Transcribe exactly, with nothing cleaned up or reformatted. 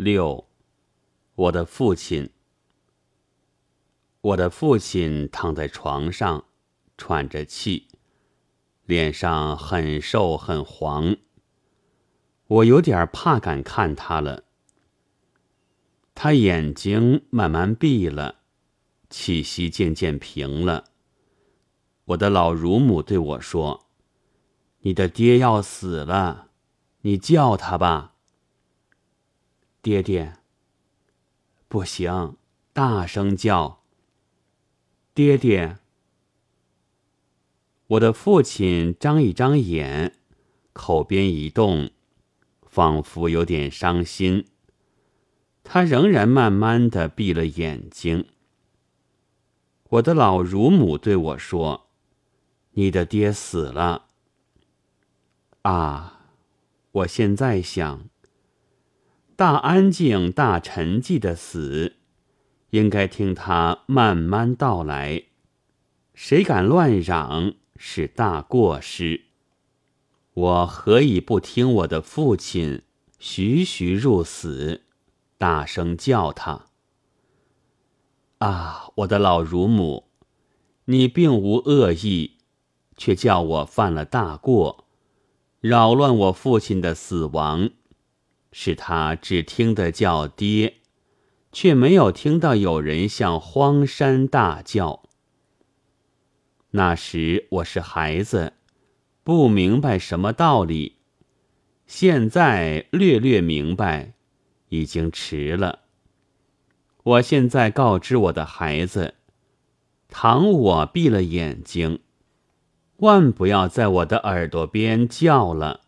六，我的父亲。我的父亲躺在床上，喘着气，脸上很瘦很黄。我有点怕敢看他了。他眼睛慢慢闭了，气息渐渐平了。我的老乳母对我说：“你的爹要死了，你叫他吧。”爹爹。不行，大声叫。爹爹。我的父亲张一张眼，口边一动，仿佛有点伤心。他仍然慢慢地闭了眼睛。我的老乳母对我说：“你的爹死了。”啊，我现在想，大安静大沉寂的死，应该听他慢慢道来。谁敢乱嚷，是大过失。我何以不听我的父亲徐徐入死，大声叫他？啊，我的老乳母，你并无恶意，却叫我犯了大过，扰乱我父亲的死亡，使他只听得叫爹，却没有听到有人向荒山大叫。那时我是孩子，不明白什么道理，现在略略明白，已经迟了。我现在告知我的孩子，倘我闭了眼睛，万不要在我的耳朵边叫了。